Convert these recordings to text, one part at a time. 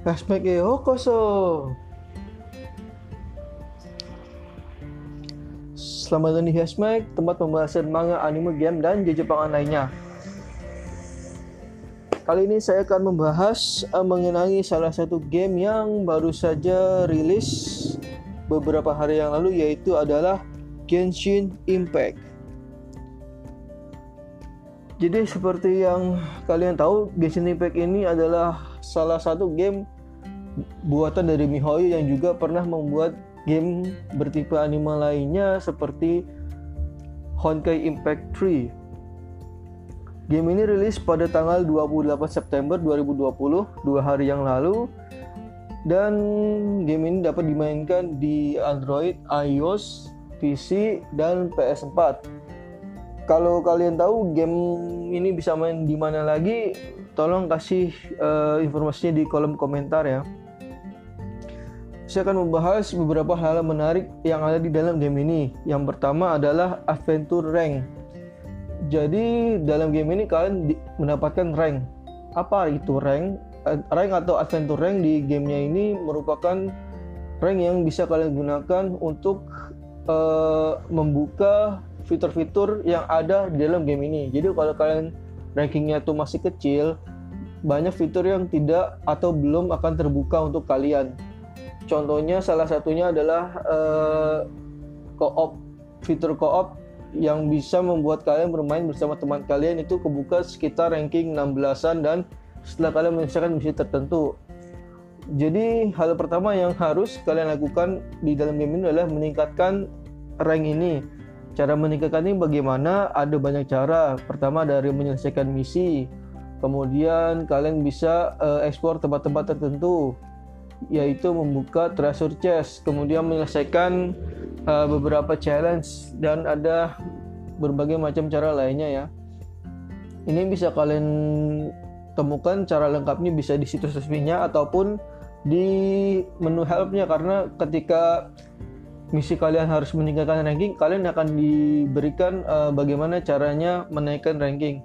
Hashtag Yokoso. Selamat datang di Hashtag, tempat pembahasan manga, anime, game, dan Jepangan lainnya. Kali ini saya akan membahas mengenai salah satu game yang baru saja rilis beberapa hari yang lalu, yaitu adalah Genshin Impact. Jadi seperti yang kalian tahu, Genshin Impact ini adalah salah satu game buatan dari miHoYo yang juga pernah membuat game bertipe anime lainnya seperti Honkai Impact 3. Game ini rilis pada tanggal 28 September 2020, 2 hari yang lalu. Dan game ini dapat dimainkan di Android, iOS, PC, dan PS4. Kalau kalian tahu game ini bisa main di mana lagi, tolong kasih informasinya di kolom komentar ya. Saya akan membahas beberapa hal menarik yang ada di dalam game ini. Yang pertama adalah Adventure Rank. Jadi dalam game ini kalian mendapatkan rank. Apa itu rank? Rank atau Adventure Rank di gamenya ini merupakan rank yang bisa kalian gunakan untuk membuka fitur-fitur yang ada di dalam game ini. Jadi kalau kalian rankingnya tuh masih kecil, banyak fitur yang tidak atau belum akan terbuka untuk kalian. Contohnya salah satunya adalah co-op, fitur co-op yang bisa membuat kalian bermain bersama teman kalian itu kebuka sekitar ranking 16-an dan setelah kalian menyelesaikan misi tertentu. Jadi hal pertama yang harus kalian lakukan di dalam game ini adalah meningkatkan rank ini. Cara meningkatkan ini bagaimana? Ada banyak cara. Pertama dari menyelesaikan misi. Kemudian kalian bisa explore tempat-tempat tertentu, yaitu membuka treasure chest, kemudian menyelesaikan beberapa challenge, dan ada berbagai macam cara lainnya ya. Ini bisa kalian temukan cara lengkapnya bisa di situs resminya ataupun di menu helpnya, karena ketika misi kalian harus meningkatkan ranking, kalian akan diberikan bagaimana caranya menaikkan ranking.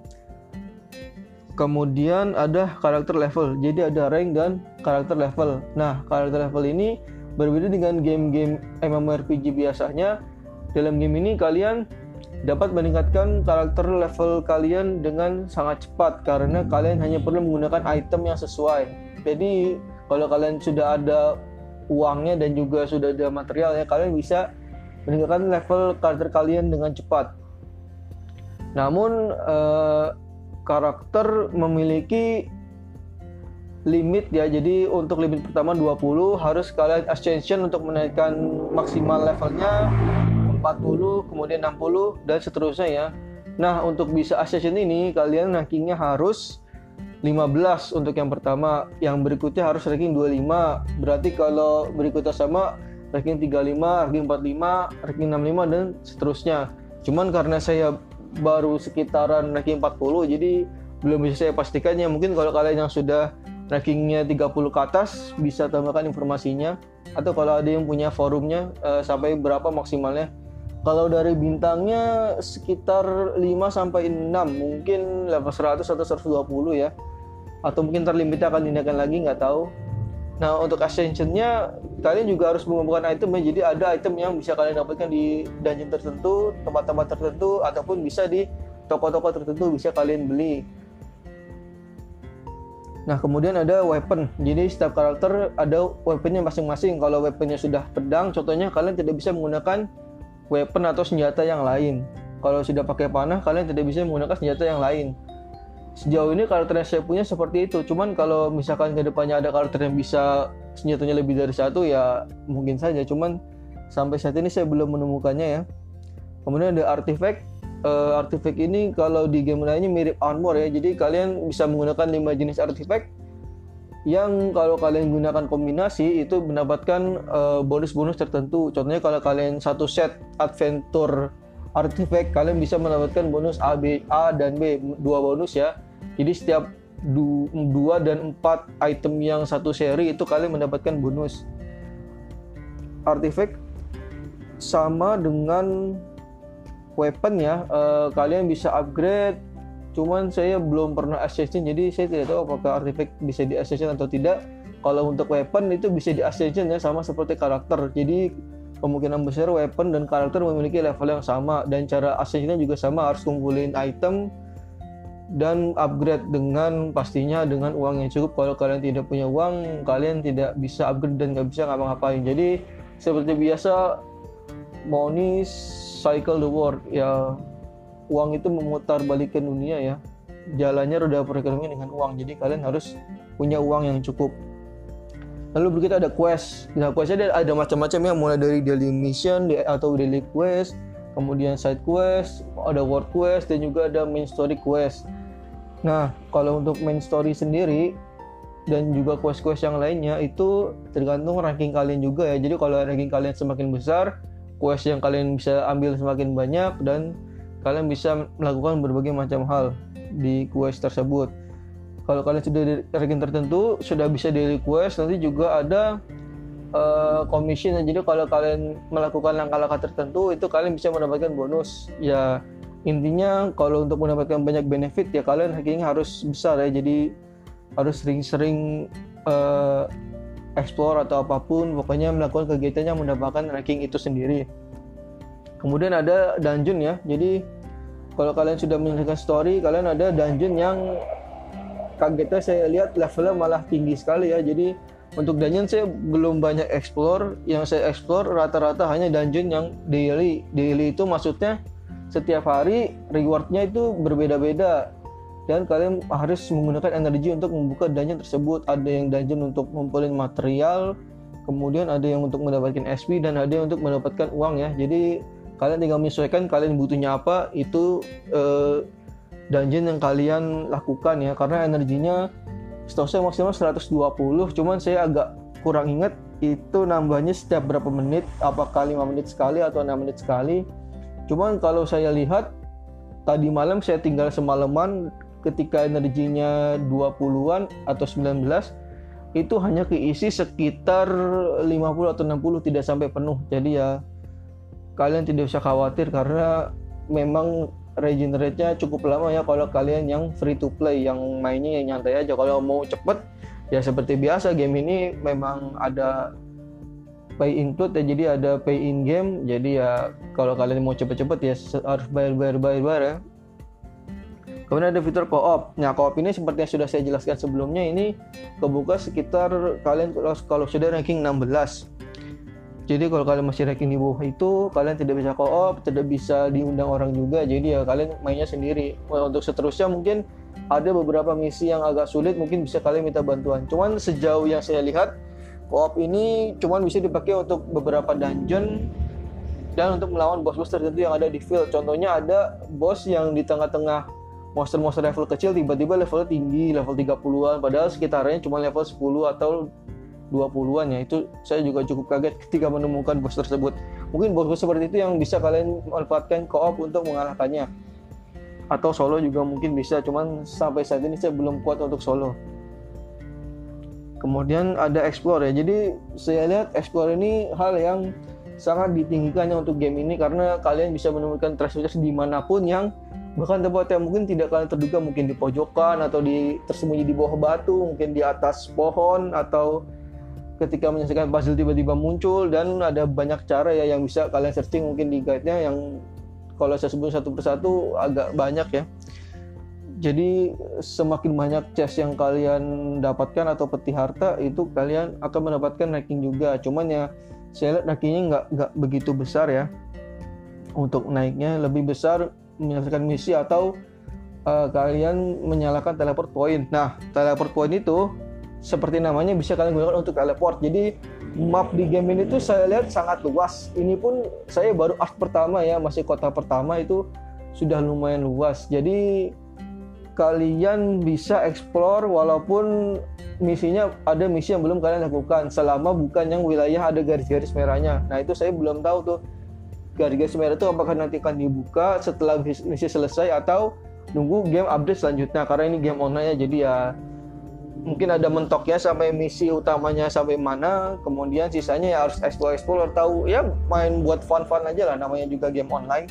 Kemudian ada karakter level, jadi ada rank dan karakter level. Nah, karakter level ini berbeda dengan game-game MMORPG biasanya. Dalam game ini kalian dapat meningkatkan karakter level kalian dengan sangat cepat karena kalian hanya perlu menggunakan item yang sesuai. Jadi kalau kalian sudah ada uangnya dan juga sudah ada materialnya, kalian bisa meningkatkan level karakter kalian dengan cepat. Namun karakter memiliki limit ya. Jadi untuk limit pertama 20, harus kalian ascension untuk menaikkan maksimal levelnya 40, kemudian 60 dan seterusnya ya. Nah, untuk bisa ascension ini kalian rankingnya harus 15 untuk yang pertama, yang berikutnya harus ranking 25. Berarti kalau berikutnya sama, ranking 35, ranking 45, ranking 65 dan seterusnya. Cuman karena saya baru sekitaran ranking 40, jadi belum bisa saya pastikannya. Mungkin kalau kalian yang sudah rankingnya 30 ke atas bisa tambahkan informasinya, atau kalau ada yang punya forumnya sampai berapa maksimalnya. Kalau dari bintangnya sekitar 5-6, mungkin level 100 atau 120 ya, atau mungkin terlimitnya akan dinaikkan lagi, nggak tahu. Nah, untuk ascensionnya kalian juga harus mengumpulkan item ya. Jadi ada item yang bisa kalian dapatkan di dungeon tertentu, tempat-tempat tertentu, ataupun bisa di toko-toko tertentu bisa kalian beli. Nah, kemudian ada weapon. Jadi setiap karakter ada weaponnya masing-masing. Kalau weaponnya sudah pedang, contohnya kalian tidak bisa menggunakan weapon atau senjata yang lain. Kalau sudah pakai panah, kalian tidak bisa menggunakan senjata yang lain. Sejauh ini karakter yang saya punya seperti itu. Cuman kalau misalkan kedepannya ada karakter yang bisa senjatanya lebih dari satu, ya mungkin saja. Cuman sampai saat ini saya belum menemukannya ya. Kemudian ada artifact. Artifact ini kalau di game lainnya mirip armor ya. Jadi kalian bisa menggunakan 5 jenis artifact yang kalau kalian gunakan kombinasi itu mendapatkan bonus-bonus tertentu. Contohnya kalau kalian satu set adventure artifact, kalian bisa mendapatkan bonus A dan B, 2 bonus ya. Jadi setiap 2 dan 4 item yang satu seri itu kalian mendapatkan bonus. Artifact sama dengan weapon ya, kalian bisa upgrade. Cuman saya belum pernah ascension, jadi saya tidak tahu apakah artifact bisa di ascension atau tidak. Kalau untuk weapon itu bisa di ascension ya, sama seperti karakter. Jadi kemungkinan besar weapon dan karakter memiliki level yang sama, dan cara ascensionnya juga sama, harus kumpulin item dan upgrade dengan pastinya dengan uang yang cukup. Kalau kalian tidak punya uang, kalian tidak bisa upgrade dan nggak bisa ngapa-ngapain. Jadi seperti biasa, money cycle the world ya, uang itu memutar balikan dunia ya. Jalannya roda perekonomian dengan uang. Jadi kalian harus punya uang yang cukup. Lalu berikutnya ada quest. Nah, questnya ada macam-macam ya, mulai dari daily mission atau daily quest, kemudian side quest, ada world quest, dan juga ada main story quest. Nah, kalau untuk main story sendiri dan juga quest-quest yang lainnya itu tergantung ranking kalian juga ya. Jadi kalau ranking kalian semakin besar, quest yang kalian bisa ambil semakin banyak, dan kalian bisa melakukan berbagai macam hal di quest tersebut. Kalau kalian sudah di ranking tertentu, sudah bisa daily quest, nanti juga ada commission. Jadi kalau kalian melakukan langkah-langkah tertentu, itu kalian bisa mendapatkan bonus. Ya intinya kalau untuk mendapatkan banyak benefit ya, kalian rankingnya harus besar ya. Jadi harus sering-sering explore atau apapun, pokoknya melakukan kegiatan yang mendapatkan ranking itu sendiri. Kemudian ada dungeon ya. Jadi kalau kalian sudah menyelesaikan story, kalian ada dungeon yang kagetnya saya lihat levelnya malah tinggi sekali ya. Jadi untuk dungeon saya belum banyak explore. Yang saya explore rata-rata hanya dungeon yang daily. Daily itu maksudnya setiap hari rewardnya itu berbeda-beda, dan kalian harus menggunakan energi untuk membuka dungeon tersebut. Ada yang dungeon untuk ngumpulin material, kemudian ada yang untuk mendapatkan XP, dan ada yang untuk mendapatkan uang ya. Jadi kalian tinggal menyesuaikan kalian butuhnya apa, itu dungeon yang kalian lakukan ya. Karena energinya setahu saya maksimal 120, cuman saya agak kurang ingat itu nambahnya setiap berapa menit, apakah 5 menit sekali atau 6 menit sekali. Cuman kalau saya lihat tadi malam saya tinggal semalaman, ketika energinya 20-an atau 19, itu hanya keisi sekitar 50 atau 60, tidak sampai penuh. Jadi ya kalian tidak usah khawatir, karena memang regenerate-nya cukup lama ya kalau kalian yang free to play, yang mainnya yang nyantai aja. Kalau mau cepet ya seperti biasa, game ini memang ada pay include ya, jadi ada pay in game. Jadi ya kalau kalian mau cepet-cepet ya harus bayar ya. Kemudian ada fitur co-op. Nah, co-op ini seperti yang sudah saya jelaskan sebelumnya, ini kebuka sekitar kalian kalau sudah ranking 16. Jadi kalau kalian masih ranking di bawah itu, kalian tidak bisa co-op, tidak bisa diundang orang juga. Jadi ya kalian mainnya sendiri. Untuk seterusnya mungkin ada beberapa misi yang agak sulit, mungkin bisa kalian minta bantuan. Cuman sejauh yang saya lihat, co-op ini cuman bisa dipakai untuk beberapa dungeon dan untuk melawan bos-bos tertentu yang ada di field. Contohnya ada bos yang di tengah-tengah monster-monster level kecil tiba-tiba levelnya tinggi, level 30-an, padahal sekitarnya cuma level 10 atau 20-an ya. Itu saya juga cukup kaget ketika menemukan bos tersebut. Mungkin bos-bos seperti itu yang bisa kalian manfaatkan co-op untuk mengalahkannya, atau solo juga mungkin bisa, cuman sampai saat ini saya belum kuat untuk solo. Kemudian ada explore ya. Jadi saya lihat explore ini hal yang sangat ditinggikannya untuk game ini, karena kalian bisa menemukan treasure dimanapun, yang bahkan tempat yang mungkin tidak kalian terduga, mungkin di pojokan atau tersembunyi di bawah batu, mungkin di atas pohon, atau ketika menyelesaikan puzzle tiba-tiba muncul. Dan ada banyak cara ya yang bisa kalian searching, mungkin di guide-nya yang kalau saya sebut satu persatu agak banyak ya. Jadi semakin banyak chest yang kalian dapatkan atau peti harta, itu kalian akan mendapatkan ranking juga. Cuman ya saya lihat rankingnya nggak begitu besar ya. Untuk naiknya lebih besar menyelesaikan misi atau kalian menyalakan teleport point. Nah, teleport point itu seperti namanya bisa kalian gunakan untuk teleport. Jadi map di game ini tuh saya lihat sangat luas. Ini pun saya baru arc pertama ya, masih kota pertama, itu sudah lumayan luas. Jadi kalian bisa explore walaupun misinya ada misi yang belum kalian lakukan, selama bukan yang wilayah ada garis-garis merahnya. Nah, itu saya belum tahu tuh garis-garis merah itu apakah nanti akan dibuka setelah misi selesai atau nunggu game update selanjutnya, karena ini game online ya. Jadi ya mungkin ada mentoknya sampai misi utamanya sampai mana, kemudian sisanya ya harus explore tahu ya, main buat fun-fun aja lah, namanya juga game online.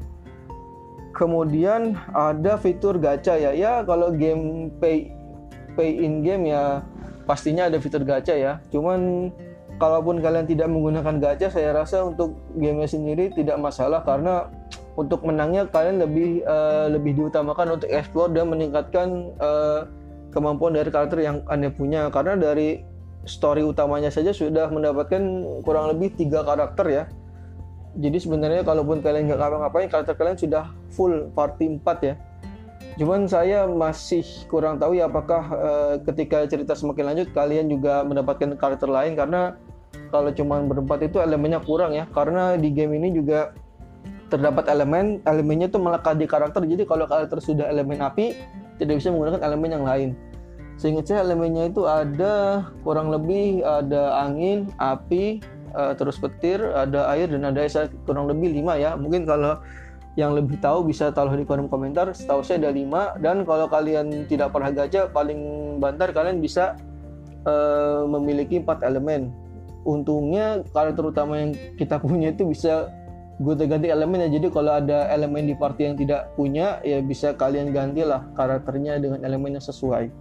Kemudian ada fitur gacha ya. Ya kalau game pay pay in game ya pastinya ada fitur gacha ya. Cuman kalaupun kalian tidak menggunakan gacha, saya rasa untuk gamenya sendiri tidak masalah, karena untuk menangnya kalian lebih diutamakan untuk explore dan meningkatkan kemampuan dari karakter yang Anda punya. Karena dari story utamanya saja sudah mendapatkan kurang lebih 3 karakter ya. Jadi sebenarnya kalaupun kalian nggak ngapa-ngapain, karakter kalian sudah full party 4 ya. Cuman saya masih kurang tahu ya apakah ketika cerita semakin lanjut kalian juga mendapatkan karakter lain, karena kalau cuma berempat itu elemennya kurang ya. Karena di game ini juga terdapat elemennya itu melekat di karakter. Jadi kalau karakter sudah elemen api, tidak bisa menggunakan elemen yang lain. Seingat saya elemennya itu ada kurang lebih ada angin, api, terus petir, ada air, dan ada es, kurang lebih 5 ya. Mungkin kalau yang lebih tahu bisa taruh di kolom komentar. Setahu saya ada 5, dan kalau kalian tidak pernah gacha, paling banter kalian bisa memiliki 4 elemen. Untungnya karakter utama yang kita punya itu bisa gonta-ganti elemen ya. Jadi kalau ada elemen di party yang tidak punya, ya bisa kalian gantilah karakternya dengan elemen yang sesuai.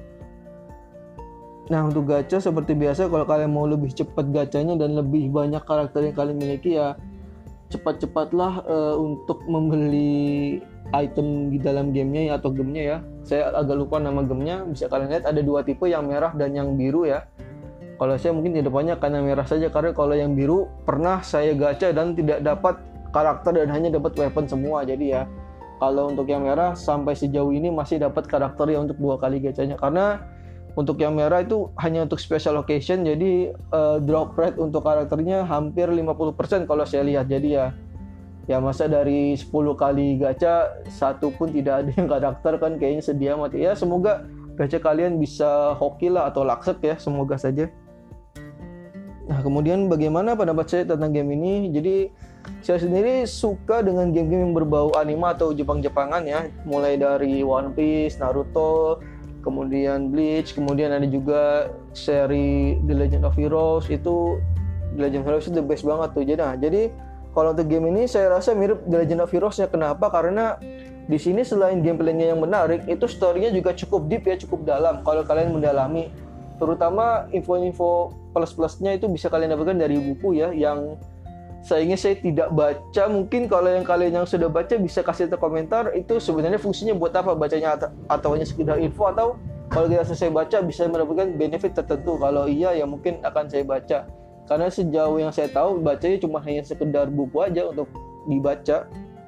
Nah, untuk gacha seperti biasa, kalau kalian mau lebih cepat gacanya dan lebih banyak karakter yang kalian miliki, ya cepat-cepatlah untuk membeli item di dalam gamenya ya, atau gemnya ya. Saya agak lupa nama gemnya. Bisa kalian lihat ada 2 tipe, yang merah dan yang biru ya. Kalau saya mungkin tidak banyak karena merah saja, karena kalau yang biru pernah saya gacha dan tidak dapat karakter dan hanya dapat weapon semua. Jadi ya, kalau untuk yang merah sampai sejauh ini masih dapat karakter ya untuk 2 kali gacanya. Karena untuk yang merah itu hanya untuk special occasion, jadi drop rate untuk karakternya hampir 50% kalau saya lihat. Jadi ya masa dari 10 kali gacha 1 pun tidak ada yang karakter, kan kayaknya sedih amat ya. Semoga gacha kalian bisa hoki lah atau laksep ya, semoga saja. Nah, kemudian bagaimana pendapat saya tentang game ini? Jadi saya sendiri suka dengan game-game yang berbau anime atau Jepang-Jepangan ya, mulai dari One Piece, Naruto, kemudian Bleach, kemudian ada juga seri The Legend of Heroes. Itu The Legend of Heroes itu the best banget tuh. Jadi kalau untuk game ini saya rasa mirip The Legend of Heroes-nya. Kenapa? Karena di sini selain gameplaynya yang menarik, itu story-nya juga cukup deep ya, cukup dalam kalau kalian mendalami. Terutama info-info plus-plusnya itu bisa kalian dapatkan dari buku ya, yang sayangnya saya tidak baca. Mungkin kalau kalian yang sudah baca bisa kasih tahu komentar, itu sebenarnya fungsinya buat apa bacanya, atau hanya sekedar info, atau kalau kita selesai baca bisa mendapatkan benefit tertentu. Kalau iya ya mungkin akan saya baca, karena sejauh yang saya tahu bacanya cuma hanya sekedar buku aja untuk dibaca.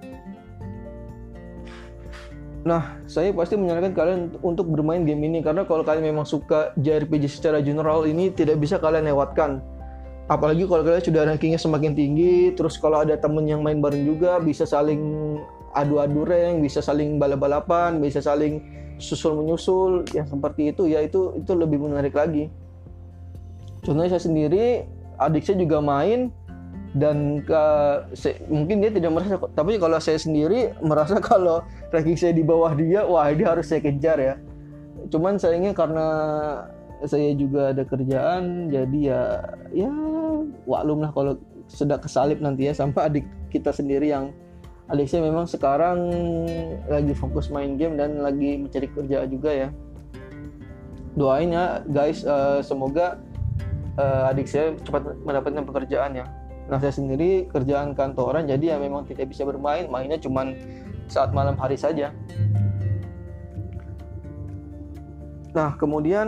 Nah, saya pasti menyarankan kalian untuk bermain game ini, karena kalau kalian memang suka JRPG secara general, ini tidak bisa kalian lewatkan. Apalagi kalau kalian sudah rankingnya semakin tinggi, terus kalau ada temen yang main bareng juga, bisa saling adu-adu rank, bisa saling balap-balapan, bisa saling susul-menyusul, yang seperti itu ya, itu lebih menarik lagi. Contohnya saya sendiri, adik saya juga main, dan mungkin dia tidak merasa, tapi kalau saya sendiri merasa kalau ranking saya di bawah dia, wah dia harus saya kejar ya. Cuman sayangnya karena saya juga ada kerjaan, jadi ya waklum lah kalau sudah kesalip nanti ya sama adik kita sendiri, yang adik saya memang sekarang lagi fokus main game dan lagi mencari kerja juga ya. Doain ya guys, semoga adik saya cepat mendapatkan pekerjaan ya. Nah, saya sendiri kerjaan kantoran, jadi ya memang tidak bisa bermain, mainnya cuman saat malam hari saja. Nah, kemudian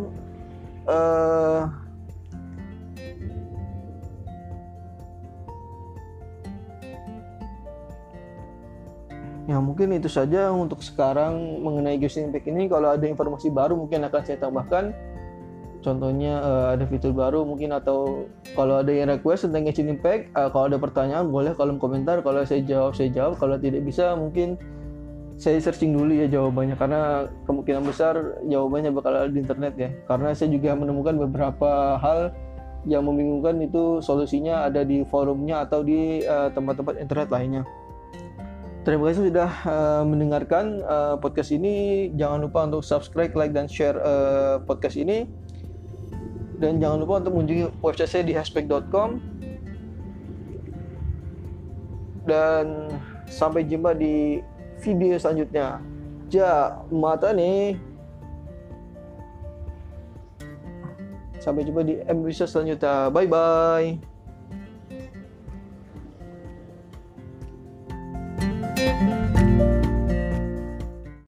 ya mungkin itu saja untuk sekarang mengenai Genshin Impact ini. Kalau ada informasi baru mungkin akan saya tambahkan. Contohnya ada fitur baru mungkin, atau kalau ada yang request tentang Genshin Impact, kalau ada pertanyaan boleh kolom komentar. Kalau saya jawab. Kalau tidak bisa mungkin saya searching dulu ya jawabannya, karena kemungkinan besar jawabannya bakal ada di internet ya. Karena saya juga menemukan beberapa hal yang membingungkan, itu solusinya ada di forumnya atau di tempat-tempat internet lainnya. Terima kasih sudah mendengarkan podcast ini. Jangan lupa untuk subscribe, like, dan share podcast ini. Dan jangan lupa untuk mengunjungi website saya di haspek.com. Dan sampai jumpa di video selanjutnya. Ja, mata nih. Sampai jumpa di episode selanjutnya. Bye bye.